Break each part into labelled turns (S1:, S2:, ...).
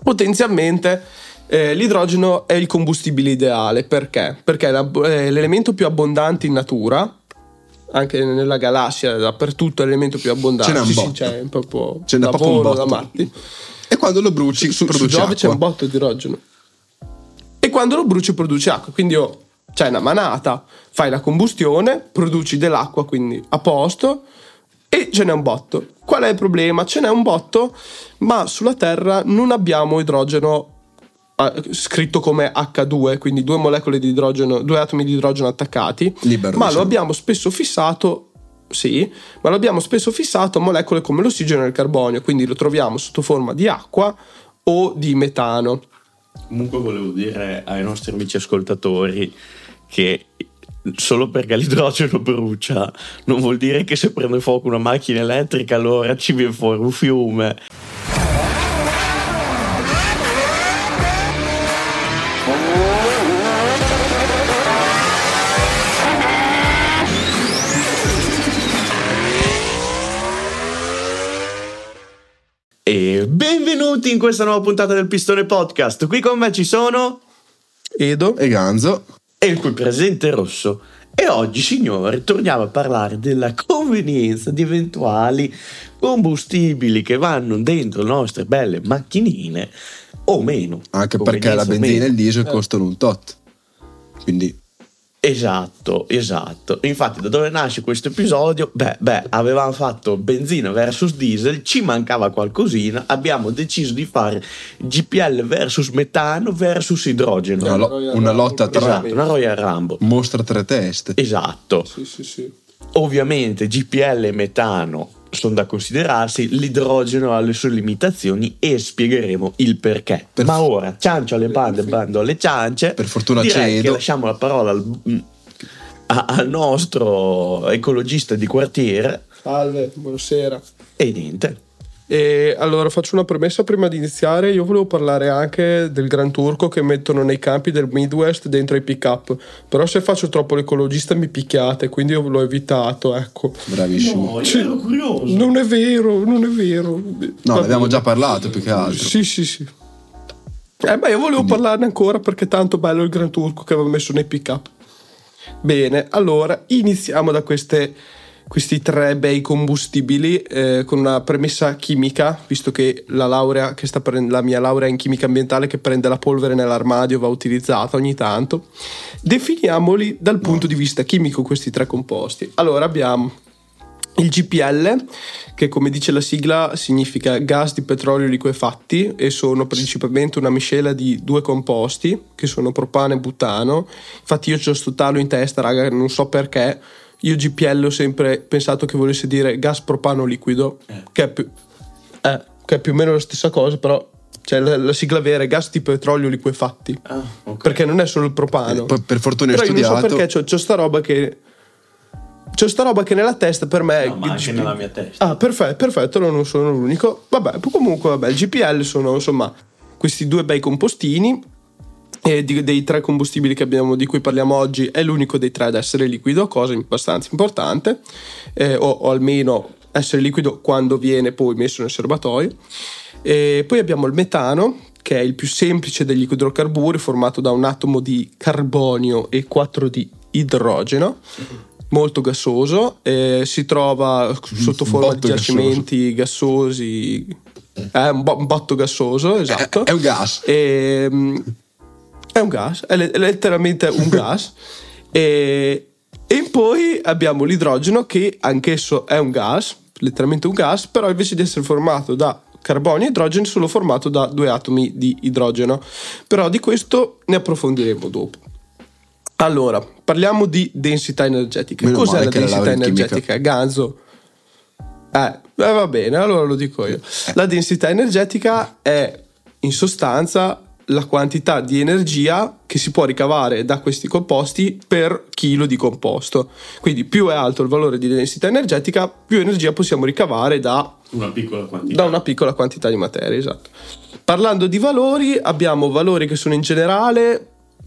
S1: Potenzialmente l'idrogeno è il combustibile ideale. Perché? Perché è l'elemento più abbondante in natura, anche nella galassia, dappertutto è l'elemento più abbondante.
S2: C'è proprio un botto.
S1: Da matti.
S2: E quando lo bruci produce
S1: Giove
S2: acqua.
S1: c'è un botto di idrogeno. E quando lo bruci produce acqua. Quindi c'è una manata, fai la combustione, produci dell'acqua, quindi a posto, e ce n'è un botto. Qual è il problema? Ce n'è un botto, ma sulla Terra non abbiamo idrogeno scritto come H2, quindi due molecole di idrogeno, due atomi di idrogeno attaccati,
S2: libero,
S1: ma
S2: diciamo.
S1: lo abbiamo spesso fissato a molecole come l'ossigeno e il carbonio, quindi lo troviamo sotto forma di acqua o di metano.
S3: Comunque volevo dire ai nostri amici ascoltatori che solo perché l'idrogeno brucia non vuol dire che se prende fuoco una macchina elettrica allora ci viene fuori un fiume. E benvenuti in questa nuova puntata del Pistone Podcast. Qui con me ci sono
S1: Edo
S2: e Ganzo
S3: e il cui presente Rosso. E oggi, signori, torniamo a parlare della convenienza di eventuali combustibili che vanno dentro le nostre belle macchinine o meno.
S2: Anche perché la benzina e il diesel costano un tot. Quindi
S3: Esatto. Infatti, da dove nasce questo episodio? Avevamo fatto benzina versus diesel, ci mancava qualcosina, abbiamo deciso di fare GPL versus metano versus idrogeno.
S2: Una lotta tra...
S3: Esatto, una Royal Rumble.
S2: Mostra tre teste.
S3: Esatto.
S1: Sì.
S3: Ovviamente GPL e metano sono da considerarsi, l'idrogeno ha le sue limitazioni e spiegheremo il perché. Ma ora, ciancio alle bande, bando alle ciance.
S2: Per fortuna
S3: direi
S2: cedo.
S3: che lasciamo la parola al nostro ecologista di quartiere.
S1: Salve, buonasera.
S3: E niente.
S1: E allora faccio una premessa prima di iniziare. Io volevo parlare anche del Gran Turco che mettono nei campi del Midwest dentro i pick up, però se faccio troppo l'ecologista mi picchiate, quindi io l'ho evitato, ecco.
S2: Bravissimo.
S3: No, io ero curioso.
S1: Non è vero.
S2: No, l'abbiamo già parlato più che altro.
S1: Sì. Io volevo parlarne ancora perché è tanto bello il Gran Turco che aveva messo nei pick up. Bene, allora iniziamo da questi tre bei combustibili con una premessa chimica, visto che la mia laurea in chimica ambientale che prende la polvere nell'armadio va utilizzata ogni tanto. Definiamoli dal punto di vista chimico questi tre composti. Allora abbiamo il GPL, che come dice la sigla significa gas di petrolio liquefatti e sono principalmente una miscela di due composti che sono propano e butano. Infatti io c'ho sto talo in testa, raga, non so perché. Io GPL ho sempre pensato che volesse dire gas propano liquido, che è più o meno la stessa cosa, però cioè la sigla vera è gas di petrolio liquefatti,
S3: Okay.
S1: perché non è solo il propano.
S2: Per fortuna
S1: però
S2: hai studiato.
S1: Io non so perché c'ho sta roba che nella testa per me
S3: No, ma anche nella mia testa.
S1: Ah, perfetto, non sono l'unico. Comunque il GPL sono insomma questi due bei compostini. E dei tre combustibili di cui parliamo oggi è l'unico dei tre ad essere liquido, cosa abbastanza importante, o almeno essere liquido quando viene poi messo nel serbatoio. E poi abbiamo il metano, che è il più semplice degli idrocarburi, formato da un atomo di carbonio e 4 di idrogeno, molto gassoso, si trova sotto forma di giacimenti gassosi, è un botto gassoso, esatto.
S2: È un gas.
S1: È un gas, è letteralmente un gas. E poi abbiamo l'idrogeno, che anch'esso è un gas, letteralmente un gas, però invece di essere formato da carbonio e idrogeno è solo formato da due atomi di idrogeno. Però di questo ne approfondiremo dopo. Allora, parliamo di densità energetica.
S2: Meno
S1: Cos'è
S2: male
S1: la
S2: che
S1: densità
S2: la laurea in
S1: energetica? Ganzo? Va bene, allora lo dico io. La densità energetica è in sostanza la quantità di energia che si può ricavare da questi composti per chilo di composto. Quindi più è alto il valore di densità energetica, più energia possiamo ricavare da una piccola quantità di materia, esatto. Parlando di valori, abbiamo valori che sono in generale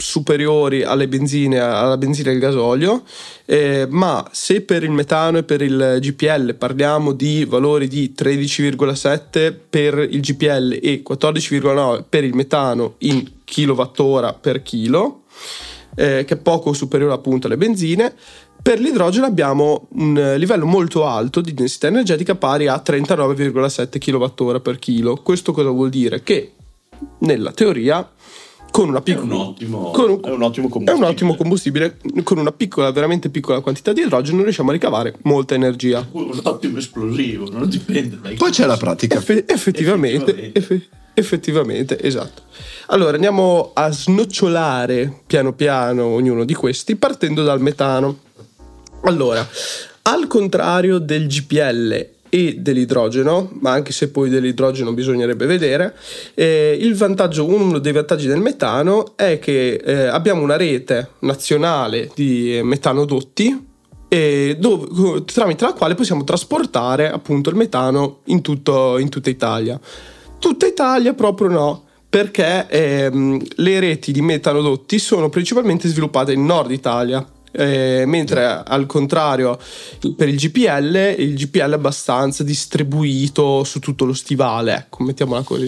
S1: superiori alla benzina e al gasolio, ma se per il metano e per il GPL parliamo di valori di 13,7 per il GPL e 14,9 per il metano in kilowattora per chilo, che è poco superiore appunto alle benzine, per l'idrogeno abbiamo un livello molto alto di densità energetica pari a 39,7 kWh per chilo. Questo cosa vuol dire? Che nella teoria con una
S3: è un ottimo
S1: combustibile, con una piccola, veramente piccola quantità di idrogeno riusciamo a ricavare molta energia.
S3: Un ottimo esplosivo, non dipende dai
S2: Poi c'è la pratica.
S1: Effettivamente, esatto. Allora andiamo a snocciolare piano piano ognuno di questi partendo dal metano. Allora, al contrario del GPL e dell'idrogeno, ma anche se poi dell'idrogeno bisognerebbe vedere, uno dei vantaggi del metano è che abbiamo una rete nazionale di metanodotti tramite la quale possiamo trasportare appunto il metano in tutta Italia. Tutta Italia proprio no, perché le reti di metanodotti sono principalmente sviluppate in Nord Italia. Mentre al contrario per il GPL è abbastanza distribuito su tutto lo stivale, ecco, mettiamola così.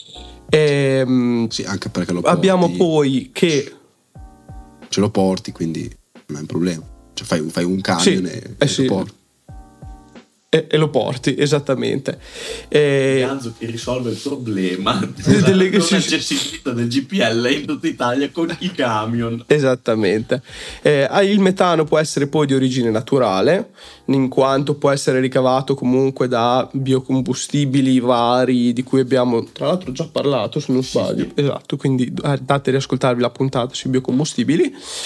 S2: Sì, anche perché lo porti,
S1: abbiamo poi che
S2: ce lo porti, quindi non è un problema, cioè fai un camion
S1: sì,
S2: lo porti.
S1: E lo porti, esattamente.
S3: Ganzo che risolve il problema della non accessibilità del GPL in tutta Italia con i camion.
S1: Esattamente. Il metano può essere poi di origine naturale, in quanto può essere ricavato comunque da biocombustibili vari di cui abbiamo tra l'altro già parlato, se non sbaglio. Sì. Esatto, quindi andate ad ascoltarvi la puntata sui biocombustibili.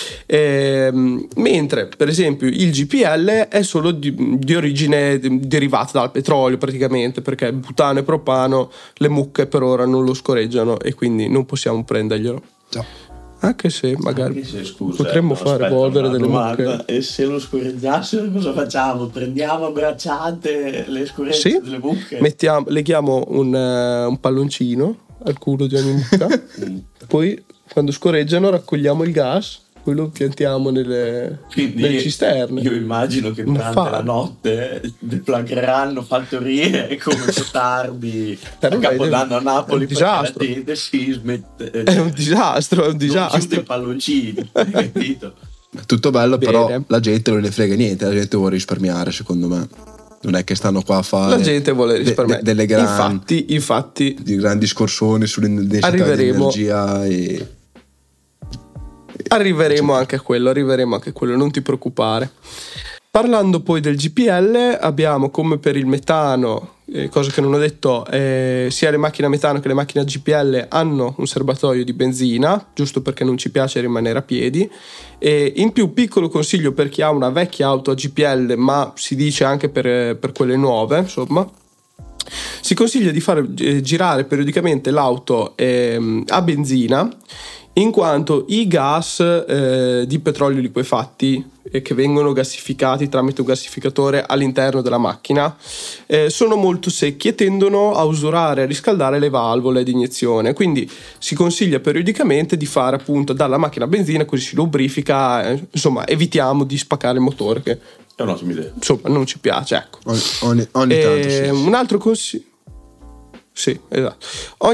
S1: Mentre per esempio il GPL è solo di origine derivata dal petrolio praticamente, perché butano e propano le mucche per ora non lo scorreggiano e quindi non possiamo prenderglielo.
S2: Già.
S1: Anche se magari potremmo fare evolvere delle mucche.
S3: E se lo scorreggiassero cosa facciamo? Prendiamo a bracciate le scorregge delle mucche?
S1: Leghiamo un palloncino al culo di ogni mucca, poi quando scorreggiano raccogliamo il gas, poi lo piantiamo nelle cisterne.
S3: Io immagino che durante la notte deflagreranno fattorie come petardi a Capodanno a Napoli,
S1: è un disastro.
S3: Perché la gente si smette,
S1: è un disastro. Non
S3: chiude i palloncini, hai capito?
S2: Tutto bello, però la gente non ne frega niente, la gente vuole risparmiare, secondo me. Non è che stanno qua a fare,
S1: la gente vuole risparmiare
S2: delle
S1: infatti
S2: di grandi scorsoni sull'intensità di energia e
S1: Arriveremo anche a quello, non ti preoccupare. Parlando poi del GPL, abbiamo come per il metano, cosa che non ho detto, sia le macchine a metano che le macchine a GPL hanno un serbatoio di benzina, giusto perché non ci piace rimanere a piedi. E in più, piccolo consiglio per chi ha una vecchia auto a GPL, ma si dice anche per quelle nuove, insomma, si consiglia di fare girare periodicamente l'auto a benzina, in quanto i gas di petrolio liquefatti che vengono gassificati tramite un gassificatore all'interno della macchina sono molto secchi e tendono a usurare, a riscaldare le valvole di iniezione, quindi si consiglia periodicamente di fare appunto dalla macchina a benzina, così si lubrifica, insomma evitiamo di spaccare il motore, che
S3: è un'ottima idea,
S1: insomma non ci piace, ecco.
S2: Ogni tanto sì.
S1: Un altro consiglio, sì, esatto.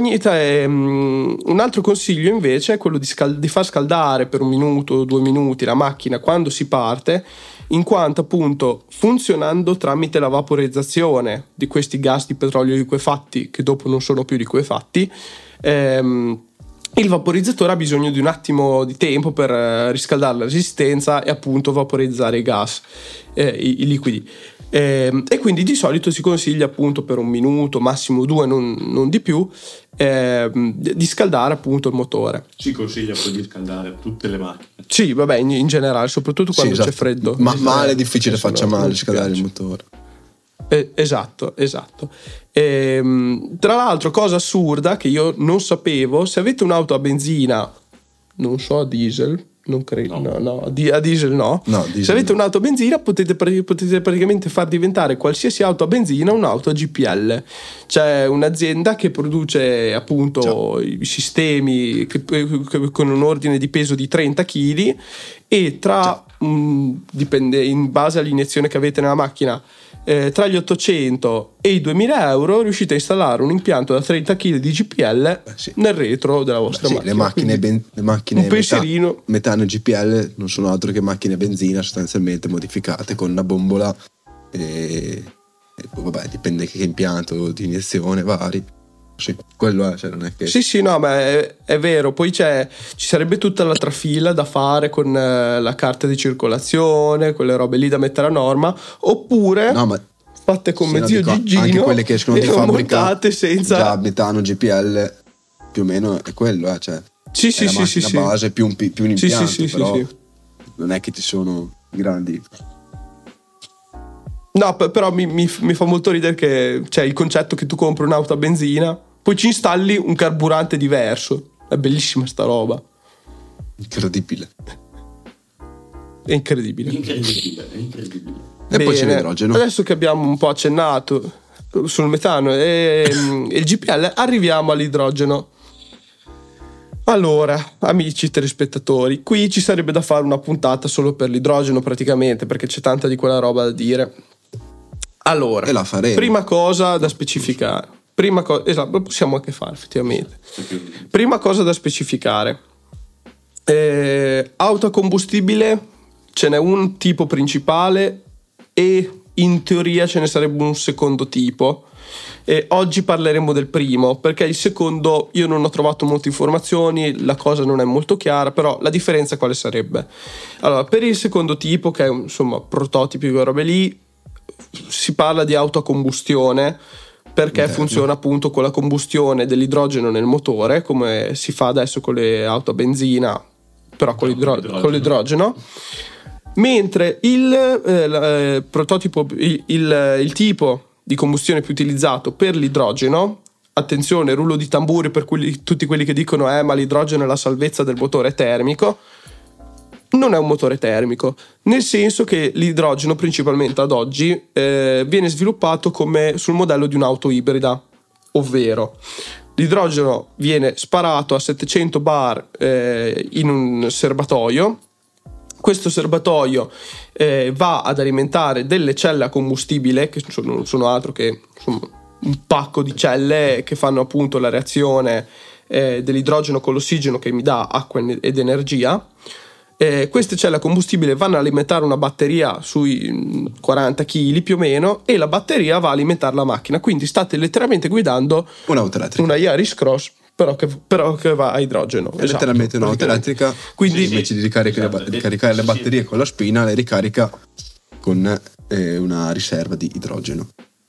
S1: Un altro consiglio invece è quello di far scaldare per 1 minuto o 2 minuti la macchina quando si parte, in quanto appunto funzionando tramite la vaporizzazione di questi gas di petrolio liquefatti, che dopo non sono più liquefatti, il vaporizzatore ha bisogno di un attimo di tempo per riscaldare la resistenza e appunto vaporizzare i gas, i liquidi. E quindi di solito si consiglia appunto per 1 minuto, massimo 2, non di più, di scaldare appunto il motore.
S3: Si consiglia poi di scaldare tutte le macchine.
S1: Sì, vabbè, in generale, soprattutto quando c'è freddo.
S2: Ma male è difficile faccia male scaldare il motore.
S1: Esatto. Tra l'altro, cosa assurda che io non sapevo, se avete un'auto a benzina, non so, a diesel, Non credo, no. A diesel no.
S2: Diesel.
S1: Se avete un'auto a benzina potete praticamente far diventare qualsiasi auto a benzina un'auto a GPL. C'è un'azienda che produce appunto i sistemi con un ordine di peso di 30 kg e dipende in base all'iniezione che avete nella macchina, tra gli 800 e i 2000 euro riuscite a installare un impianto da 30 kg di GPL nel retro della vostra macchina.
S2: Le macchine
S1: un pensierino.
S2: Metano GPL non sono altro che macchine a benzina sostanzialmente modificate con una bombola e vabbè, dipende che impianto di iniezione vari. Sì, quello è, cioè non è che...
S1: Sì, no, ma è vero. Poi ci sarebbe tutta l'altra fila da fare con la carta di circolazione, quelle robe lì da mettere a norma, oppure fatte come zio Gigino,
S2: anche quelle che escono di fabbrica
S1: senza...
S2: già metano GPL più o meno è quello, cioè
S1: sì,
S2: la base più un impianto,
S1: sì,
S2: però
S1: sì.
S2: non è che ci sono grandi...
S1: No, però mi fa molto ridere che c'è il concetto che tu compri un'auto a benzina, poi ci installi un carburante diverso. È bellissima sta roba.
S2: Incredibile.
S1: È incredibile.
S2: E poi c'è l'idrogeno.
S1: Adesso che abbiamo un po' accennato sul metano e il GPL, arriviamo all'idrogeno. Allora, amici telespettatori, qui ci sarebbe da fare una puntata solo per l'idrogeno praticamente, perché c'è tanta di quella roba da dire. Allora,
S2: e la faremo.
S1: Prima cosa da specificare. Esatto, lo possiamo anche fare effettivamente. Prima cosa da specificare. Auto a combustibile ce n'è un tipo principale e in teoria ce ne sarebbe un secondo tipo. Oggi parleremo del primo, perché il secondo io non ho trovato molte informazioni, la cosa non è molto chiara, però la differenza quale sarebbe? Allora, per il secondo tipo, che è insomma prototipi e robe lì, si parla di auto a combustione, perché funziona appunto con la combustione dell'idrogeno nel motore, come si fa adesso con le auto a benzina, però con l'idrogeno. Mentre il prototipo, il tipo di combustione più utilizzato per l'idrogeno, attenzione, rullo di tamburi per tutti quelli che dicono ma l'idrogeno è la salvezza del motore termico, non è un motore termico, nel senso che l'idrogeno principalmente ad oggi viene sviluppato come sul modello di un'auto ibrida, ovvero l'idrogeno viene sparato a 700 bar in un serbatoio. Questo serbatoio va ad alimentare delle celle a combustibile, che non sono altro che un pacco di celle che fanno appunto la reazione dell'idrogeno con l'ossigeno che mi dà acqua ed energia. Queste celle a combustibile vanno a alimentare una batteria sui 40 kg più o meno, e la batteria va a alimentare la macchina. Quindi state letteralmente guidando
S2: un'auto elettrica,
S1: una Yaris Cross, però che va a idrogeno.
S2: È letteralmente un'auto elettrica. Quindi invece di ricaricare le batterie con la spina, le ricarica con una riserva di idrogeno.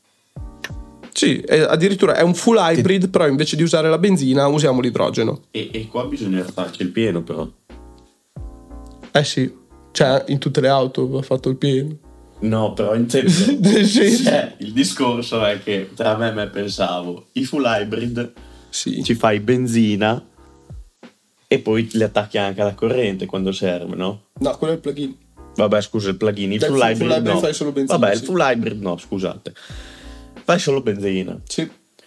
S1: Sì, addirittura è un full hybrid, però invece di usare la benzina usiamo l'idrogeno.
S3: E qua bisogna farci il pieno, però.
S1: Sì, cioè in tutte le auto va fatto il pieno.
S3: No, però intendo il discorso è che tra me pensavo i full hybrid ci fai benzina e poi li attacchi anche alla corrente quando serve, no?
S1: No, quello è il plugin.
S3: Vabbè, scusa, il plugin. Il full hybrid no.
S1: Fai solo benzina.
S3: Vabbè, il full hybrid no, scusate. Fai solo benzina.
S1: Sì.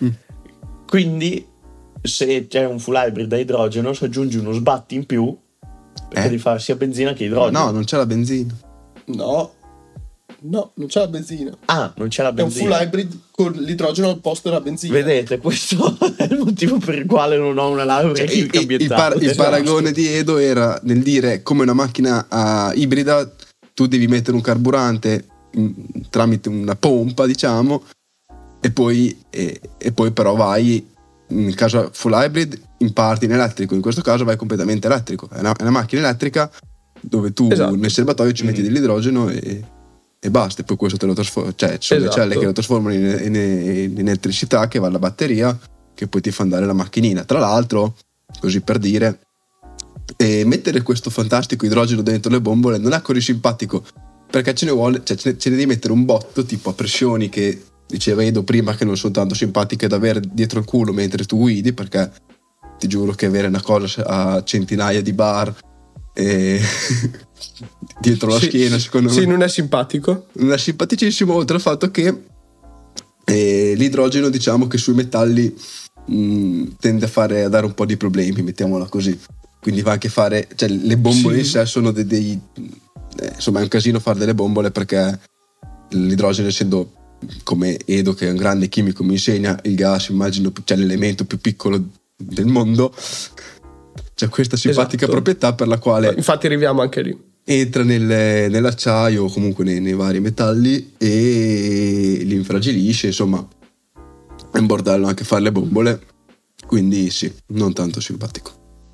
S3: Quindi se c'è un full hybrid da idrogeno, si aggiungi uno sbatti in più perché devi fare sia benzina che idrogeno.
S2: No, non c'è la benzina.
S1: No, non c'è la benzina.
S3: Ah, non c'è la benzina.
S1: È un full hybrid con l'idrogeno al posto della benzina.
S3: Vedete, questo è il motivo per il quale non ho una laurea chimica ambientale.
S2: Il paragone di Edo era nel dire come una macchina ibrida tu devi mettere un carburante tramite una pompa, diciamo, e poi però vai, nel caso full hybrid, in parte in elettrico, in questo caso vai completamente elettrico. È una macchina elettrica dove tu nel serbatoio ci metti dell'idrogeno e basta, e poi questo te lo trasforma, cioè sono le celle che lo trasformano in elettricità che va alla batteria, che poi ti fa andare la macchinina. Tra l'altro, così per dire, mettere questo fantastico idrogeno dentro le bombole non è così simpatico, perché ce ne devi mettere un botto tipo a pressioni che diceva Edo prima, che non sono tanto simpatiche da avere dietro il culo mentre tu guidi, perché ti giuro che avere una cosa a centinaia di bar dietro la schiena, secondo me.
S1: Sì, non è simpatico.
S2: Non è simpaticissimo, oltre al fatto che l'idrogeno, diciamo che sui metalli tende a dare un po' di problemi, mettiamola così. Quindi va anche fare, cioè le bombole in sé sono insomma è un casino fare delle bombole, perché l'idrogeno, essendo, come Edo che è un grande chimico mi insegna, il gas, immagino, cioè l'elemento più piccolo del mondo, c'è questa simpatica proprietà per la quale
S1: infatti arriviamo anche lì,
S2: entra nell'acciaio o comunque nei vari metalli e li infragilisce. Insomma è un bordello anche fare le bombole, quindi sì, non tanto simpatico.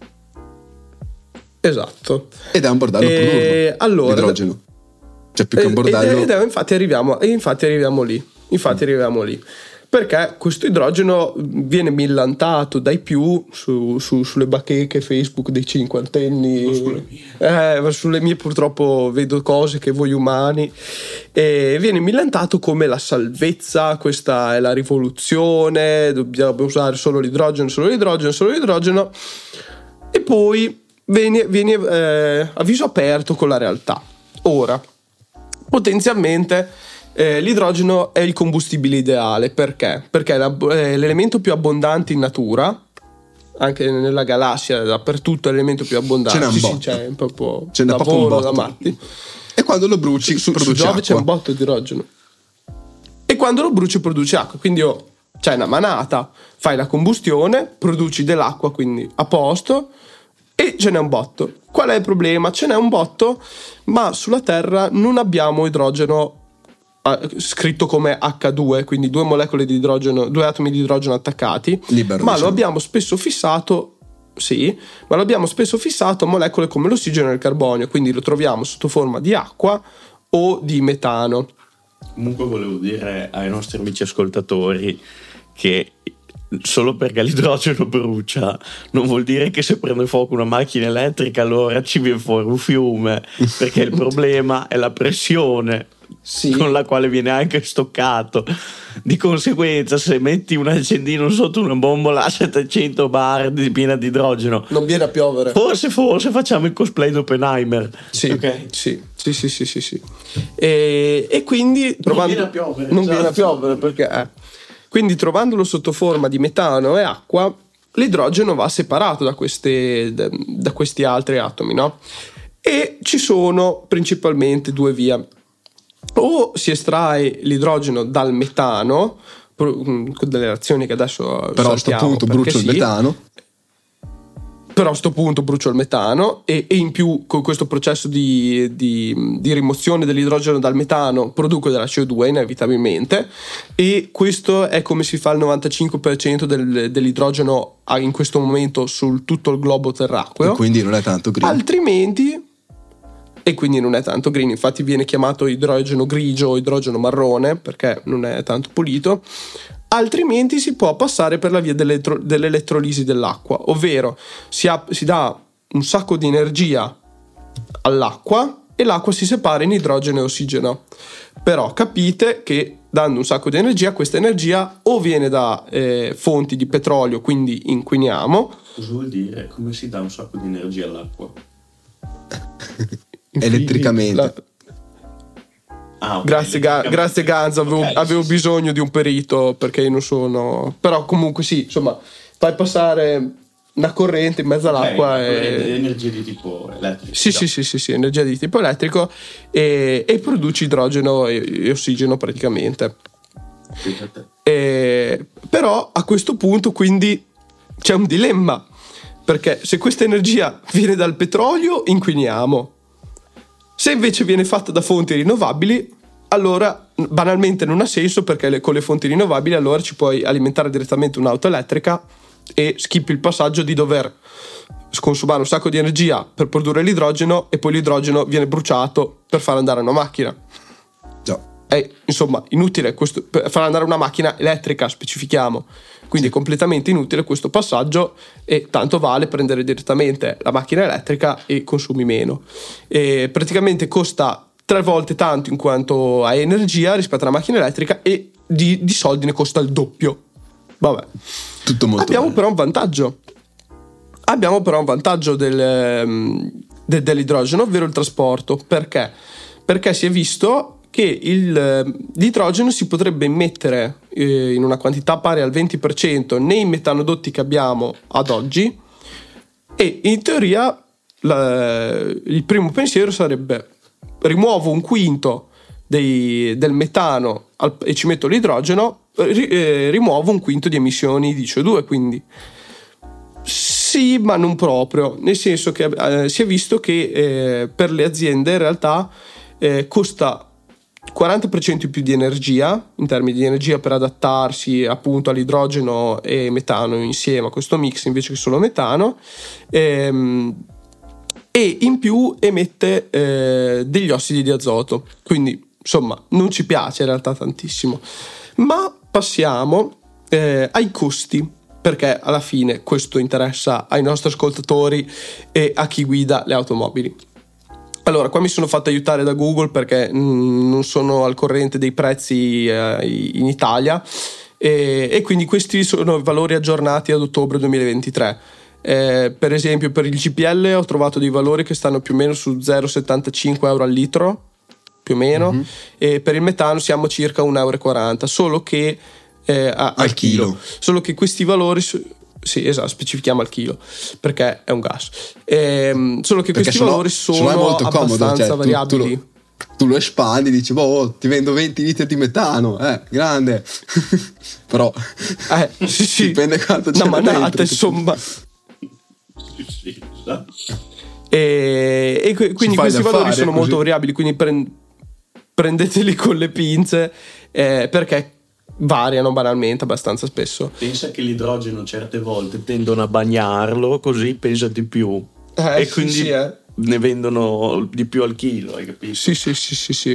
S1: Esatto.
S2: Ed è un bordello produrlo,
S1: allora,
S2: l'idrogeno, cioè più che un bordello.
S1: Infatti arriviamo lì, perché questo idrogeno viene millantato dai più sulle bacheche Facebook dei cinquantenni, sulle mie purtroppo vedo cose che voi umani, e viene millantato come la salvezza, questa è la rivoluzione, dobbiamo usare solo l'idrogeno, e poi viene a viso aperto con la realtà. Ora, potenzialmente l'idrogeno è il combustibile ideale. Perché? Perché è l'elemento più abbondante in natura, anche nella galassia, dappertutto è l'elemento più abbondante.
S2: C'è un botto
S1: da matti.
S2: E quando lo bruci produce acqua.
S1: C'è un botto di idrogeno. E quando lo bruci produce acqua. Quindi c'è una manata, fai la combustione, produci dell'acqua, quindi a posto, e ce n'è un botto. Qual è il problema? Ce n'è un botto, ma sulla Terra non abbiamo idrogeno scritto come H2, quindi due molecole di idrogeno, due atomi di idrogeno attaccati,
S2: libero,
S1: ma lo abbiamo spesso fissato a molecole come l'ossigeno e il carbonio, quindi lo troviamo sotto forma di acqua o di metano.
S3: Comunque volevo dire ai nostri amici ascoltatori che solo perché l'idrogeno brucia non vuol dire che se prende fuoco una macchina elettrica allora ci viene fuori un fiume, perché il problema è la pressione con la quale viene anche stoccato. Di conseguenza, se metti un accendino sotto una bombola a 700 bar piena di idrogeno,
S1: non viene a piovere.
S3: Forse facciamo il cosplay di Oppenheimer.
S1: Sì, okay. Sì. E quindi
S3: non viene a piovere
S1: perché quindi trovandolo sotto forma di metano e acqua, l'idrogeno va separato da questi altri atomi, no? E ci sono principalmente due vie. O si estrae l'idrogeno dal metano con delle reazioni che adesso
S2: però a sto punto brucio il metano.
S1: Però a sto punto brucio il metano e in più con questo processo di rimozione dell'idrogeno dal metano produco della CO2 inevitabilmente, e questo è come si fa il 95% dell'idrogeno in questo momento su tutto il globo terracqueo.
S2: E quindi non è tanto green. Infatti viene chiamato idrogeno grigio o idrogeno marrone perché non è tanto pulito. Altrimenti si può passare per la via dell'elettrolisi dell'acqua, ovvero si dà un sacco di energia all'acqua e l'acqua si separa in idrogeno e ossigeno. Però capite che dando un sacco di energia, questa energia o viene da fonti di petrolio, quindi inquiniamo.
S3: Cosa vuol dire? Come si dà un sacco di energia all'acqua?
S2: Elettricamente.
S1: Okay. Grazie Ganzo, avevo bisogno di un perito perché io non sono, però comunque sì, insomma, fai passare una corrente in mezzo all'acqua
S3: energia di tipo elettrico.
S1: Sì, energia di tipo elettrico e produci idrogeno e ossigeno praticamente. Però a questo punto quindi c'è un dilemma, perché se questa energia viene dal petrolio inquiniamo. Se invece viene fatta da fonti rinnovabili, allora banalmente non ha senso, perché con le fonti rinnovabili allora ci puoi alimentare direttamente un'auto elettrica e skippi il passaggio di dover consumare un sacco di energia per produrre l'idrogeno e poi l'idrogeno viene bruciato per far andare una macchina. È insomma inutile questo, per far andare una macchina elettrica, specifichiamo. Quindi è completamente inutile questo passaggio e tanto vale prendere direttamente la macchina elettrica e consumi meno. E praticamente costa 3 volte tanto in quanto a energia rispetto alla macchina elettrica e di soldi ne costa il doppio. Vabbè.
S2: Tutto molto
S1: Abbiamo
S2: bene.
S1: però un vantaggio. Abbiamo però un vantaggio del dell'idrogeno, ovvero il trasporto. Perché? Perché si è visto che l'idrogeno si potrebbe immettere in una quantità pari al 20% nei metanodotti che abbiamo ad oggi, e in teoria il primo pensiero sarebbe: rimuovo un quinto del metano e ci metto l'idrogeno, rimuovo un quinto di emissioni di CO2. Quindi sì, ma non proprio, nel senso che si è visto che per le aziende in realtà costa 40% in più di energia, in termini di energia, per adattarsi appunto all'idrogeno e metano insieme a questo mix invece che solo metano, e in più emette degli ossidi di azoto. Quindi insomma non ci piace in realtà tantissimo. Ma passiamo ai costi, perché alla fine questo interessa ai nostri ascoltatori e a chi guida le automobili. Allora, qua mi sono fatto aiutare da Google perché non sono al corrente dei prezzi in Italia, e quindi questi sono i valori aggiornati ad ottobre 2023. Per esempio, per il GPL ho trovato dei valori che stanno più o meno su 0,75 euro al litro, più o meno, e per il metano siamo circa 1,40 euro, solo che al chilo. Solo che questi valori sì, esatto, specifichiamo al chilo perché è un gas, solo che perché questi valori sono molto abbastanza variabili.
S2: Tu lo espandi, dici ti vendo 20 litri di metano, grande. Però
S1: sì.
S2: Dipende quanto c'è
S1: una manata dentro, insomma.
S3: Sì, esatto.
S1: E quindi questi valori sono molto variabili, quindi prendeteli con le pinze, perché variano banalmente abbastanza spesso.
S3: Pensa che l'idrogeno certe volte tendono a bagnarlo, così pensa di più, e quindi ne vendono di più al chilo, hai capito?
S1: Sì.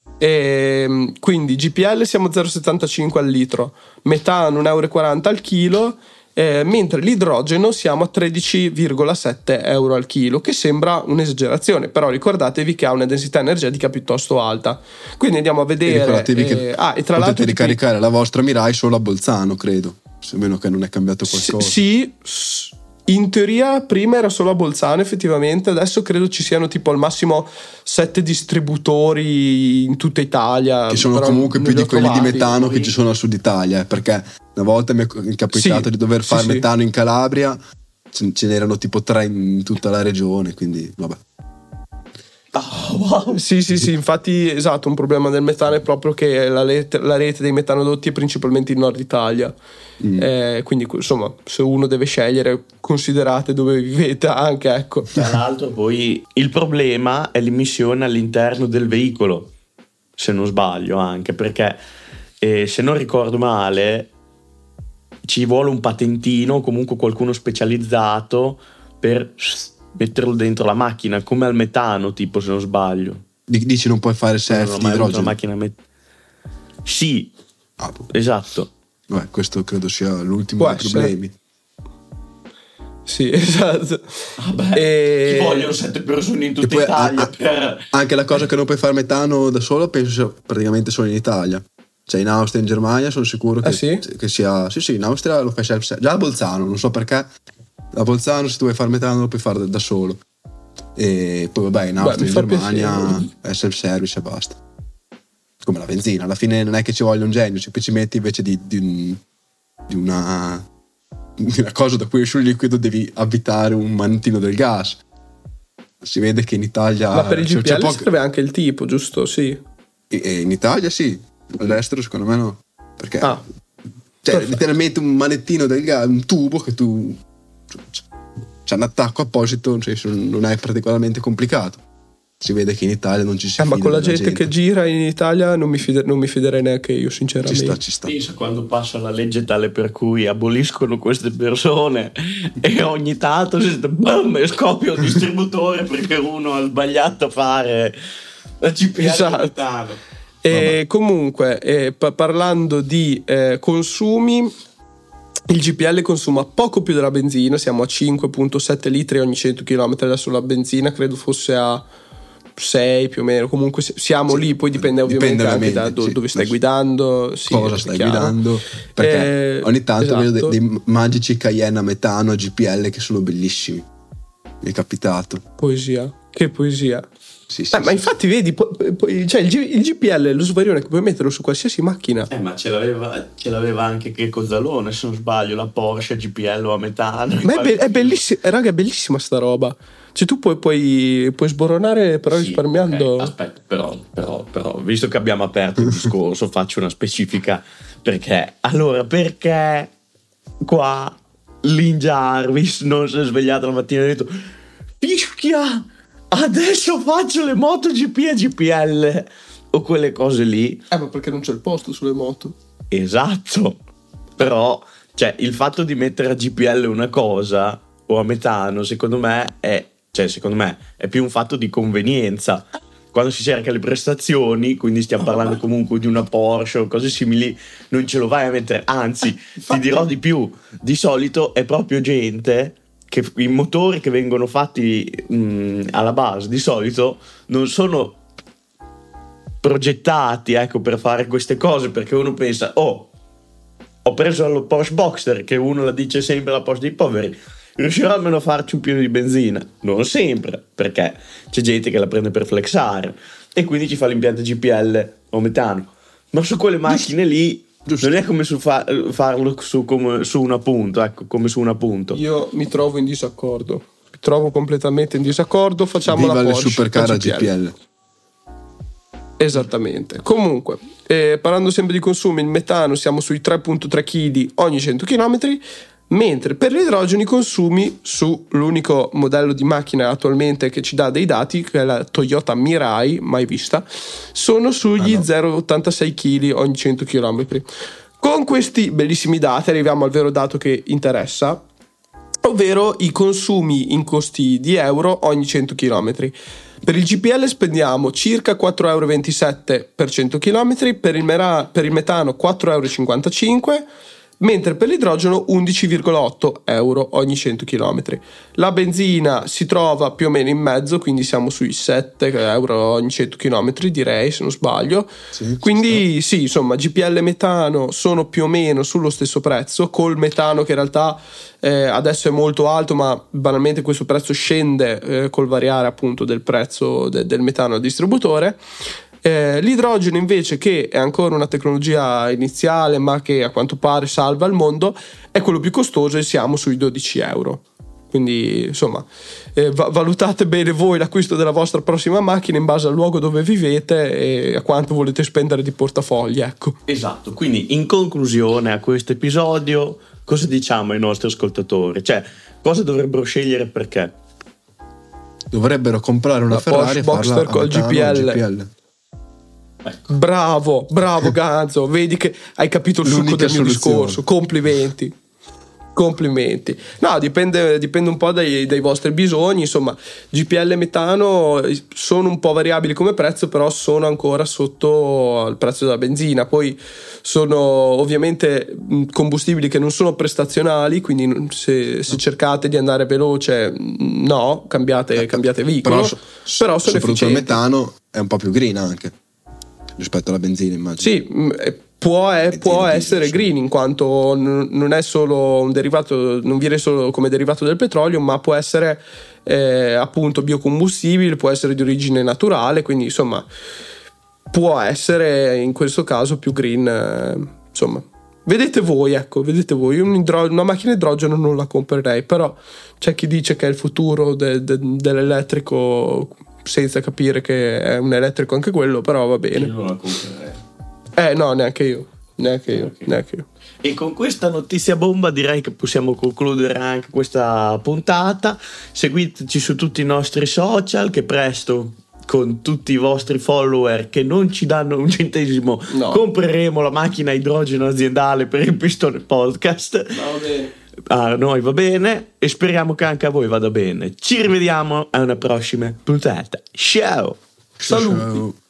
S1: Quindi GPL siamo 0,75 al litro, metano 1,40 euro al chilo, mentre l'idrogeno siamo a 13,7 euro al chilo, che sembra un'esagerazione, però ricordatevi che ha una densità energetica piuttosto alta. Quindi andiamo a vedere.
S2: Ricordatevi che
S1: e tra
S2: potete
S1: l'altro
S2: ricaricare la vostra Mirai solo a Bolzano, credo, se meno che non è cambiato qualcosa.
S1: Sì, in teoria prima era solo a Bolzano effettivamente, adesso credo ci siano tipo al massimo 7 distributori in tutta Italia,
S2: che sono comunque più di quelli di metano che ci sono al sud Italia, perché una volta mi è capitato di dover fare metano in Calabria, ce n'erano tipo 3 in tutta la regione, quindi vabbè.
S1: Wow. Sì, infatti esatto, un problema del metano è proprio che la rete dei metanodotti è principalmente in Nord Italia, quindi insomma se uno deve scegliere considerate dove vivete anche, ecco.
S3: Tra l'altro poi il problema è l'emissione all'interno del veicolo, se non sbaglio, anche perché se non ricordo male ci vuole un patentino o comunque qualcuno specializzato per metterlo dentro la macchina, come al metano, tipo, se non sbaglio.
S2: Dici non puoi fare self di idrogeno?
S3: Macchina sì, esatto.
S2: Beh, questo credo sia l'ultimo dei problemi.
S1: Sì, esatto.
S3: Ci vogliono 7 persone in tutta Italia
S2: anche la cosa che non puoi fare metano da solo penso sia praticamente solo in Italia. Cioè in Austria e in Germania sono sicuro che sia. Sì, in Austria lo fai self. Già a Bolzano, non so perché. A Bolzano se tu vuoi fare metano lo puoi fare da solo, e poi vabbè in Austria e in Germania è self service e basta, come la benzina. Alla fine non è che ci voglia un genio, ci metti invece di una cosa da cui esce il liquido devi avvitare un manettino del gas. Si vede che in Italia,
S1: ma per il GPL serve anche il tipo, giusto? Sì,
S2: e in Italia sì, all'estero secondo me no, perché cioè letteralmente un manettino del gas, un tubo che tu c'è un attacco apposito, cioè non è particolarmente complicato. Si vede che in Italia non ci si fida.
S1: Ma con la gente che gira in Italia non mi fiderei neanche io, sinceramente.
S2: Ci sta.
S3: Pensa quando passa la legge tale per cui aboliscono queste persone e ogni tanto scoppia un distributore perché uno ha sbagliato a fare la GPS.
S1: E comunque parlando di consumi, il GPL consuma poco più della benzina, siamo a 5,7 litri ogni 100 km, adesso la benzina credo fosse a 6 più o meno, comunque siamo lì, poi dipende ovviamente anche da dove stai guidando,
S2: cosa stai guidando, perché ogni tanto vedo dei magici Cayenne a metano a GPL che sono bellissimi, mi è capitato.
S1: Poesia. Che poesia.
S2: Sì, sì,
S1: Ma
S2: sì.
S1: infatti vedi, cioè il GPL è lo svarione che puoi metterlo su qualsiasi macchina.
S3: Ma ce l'aveva anche che Cozzalone, se non sbaglio, la Porsche GPL o a metano.
S1: Ma è bellissimo, raga, è bellissima sta roba. Cioè tu puoi sboronare però
S3: Sì,
S1: risparmiando.
S3: ok, aspetta, però, visto che abbiamo aperto il discorso, faccio una specifica. Perché qua Lin Jarvis non si è svegliato la mattina e ha detto: fischia, adesso faccio le MotoGP e GPL o quelle cose lì.
S1: Ma perché non c'è il posto sulle moto?
S3: Esatto, però cioè, il fatto di mettere a GPL una cosa o a metano, secondo me è più un fatto di convenienza. Quando si cerca le prestazioni, quindi stiamo parlando comunque di una Porsche o cose simili, non ce lo vai a mettere. Anzi, ti dirò di più, di solito è proprio gente che i motori che vengono fatti alla base di solito non sono progettati, ecco, per fare queste cose, perché uno pensa: ho preso la Porsche Boxster, che uno la dice sempre la Porsche dei poveri, riuscirò almeno a farci un pieno di benzina? Non sempre, perché c'è gente che la prende per flexare e quindi ci fa l'impianto GPL o metano. Ma su quelle macchine lì non è come farlo su un appunto, ecco, come su un appunto.
S1: Io mi trovo in disaccordo. Mi trovo completamente in disaccordo. Facciamo
S2: Viva
S1: la
S2: le
S1: Porsche
S2: supercar a
S1: GPL.
S2: GPL.
S1: Esattamente. Comunque, parlando sempre di consumi, il metano siamo sui 3.3 kg ogni 100 km, mentre per l'idrogeno i consumi su l'unico modello di macchina attualmente che ci dà dei dati, che è la Toyota Mirai, mai vista, sono sugli 0,86 kg ogni 100 km. Con questi bellissimi dati arriviamo al vero dato che interessa, ovvero i consumi in costi di euro ogni 100 km. Per il GPL spendiamo circa 4,27 euro per 100 km, per il metano 4,55 euro, mentre per l'idrogeno 11,8 euro ogni 100 km. La benzina si trova più o meno in mezzo, quindi siamo sui 7 euro ogni 100 km, direi, se non sbaglio.
S2: Sì,
S1: quindi sì, insomma, GPL e metano sono più o meno sullo stesso prezzo, col metano che in realtà adesso è molto alto, ma banalmente questo prezzo scende col variare appunto del prezzo del metano al distributore. L'idrogeno invece, che è ancora una tecnologia iniziale ma che a quanto pare salva il mondo, è quello più costoso e siamo sui 12 euro. Quindi insomma valutate bene voi l'acquisto della vostra prossima macchina in base al luogo dove vivete e a quanto volete spendere di portafogli, ecco.
S3: Esatto, quindi in conclusione a questo episodio cosa diciamo ai nostri ascoltatori? Cioè, cosa dovrebbero scegliere, perché?
S2: Dovrebbero comprare una
S1: La
S2: Ferrari
S1: Porsche
S2: e farla
S1: Boxster
S2: a
S1: col
S2: metano o
S1: GPL.
S3: Ecco.
S1: Bravo Ganzo, vedi che hai capito il succo
S2: L'unica
S1: del mio
S2: soluzione.
S1: discorso. Complimenti. No, dipende un po' dai vostri bisogni. Insomma, GPL e metano sono un po' variabili come prezzo, però sono ancora sotto il prezzo della benzina. Poi sono ovviamente combustibili che non sono prestazionali, quindi se cercate di andare veloce, no, cambiate veicolo. Però sono
S2: soprattutto
S1: efficienti.
S2: il metano è un po' più green anche rispetto alla benzina, immagino.
S1: Sì, può essere green, in quanto non è solo un derivato, non viene solo come derivato del petrolio, ma può essere appunto biocombustibile, può essere di origine naturale, quindi insomma può essere in questo caso più green, insomma. Vedete voi. Io una macchina idrogeno non la comprerei, però c'è chi dice che è il futuro dell'elettrico senza capire che è un elettrico anche quello, però va bene.
S3: Io non la comprerei.
S1: No, neanche io.
S3: E con questa notizia bomba direi che possiamo concludere anche questa puntata. Seguiteci su tutti i nostri social, che presto, con tutti i vostri follower che non ci danno un centesimo, compreremo la macchina idrogeno aziendale per il Pistone Podcast.
S1: Va bene.
S3: A noi va bene e speriamo che anche a voi vada bene. Ci rivediamo a una prossima puntata. Ciao.
S1: Saluti.
S2: Ciao.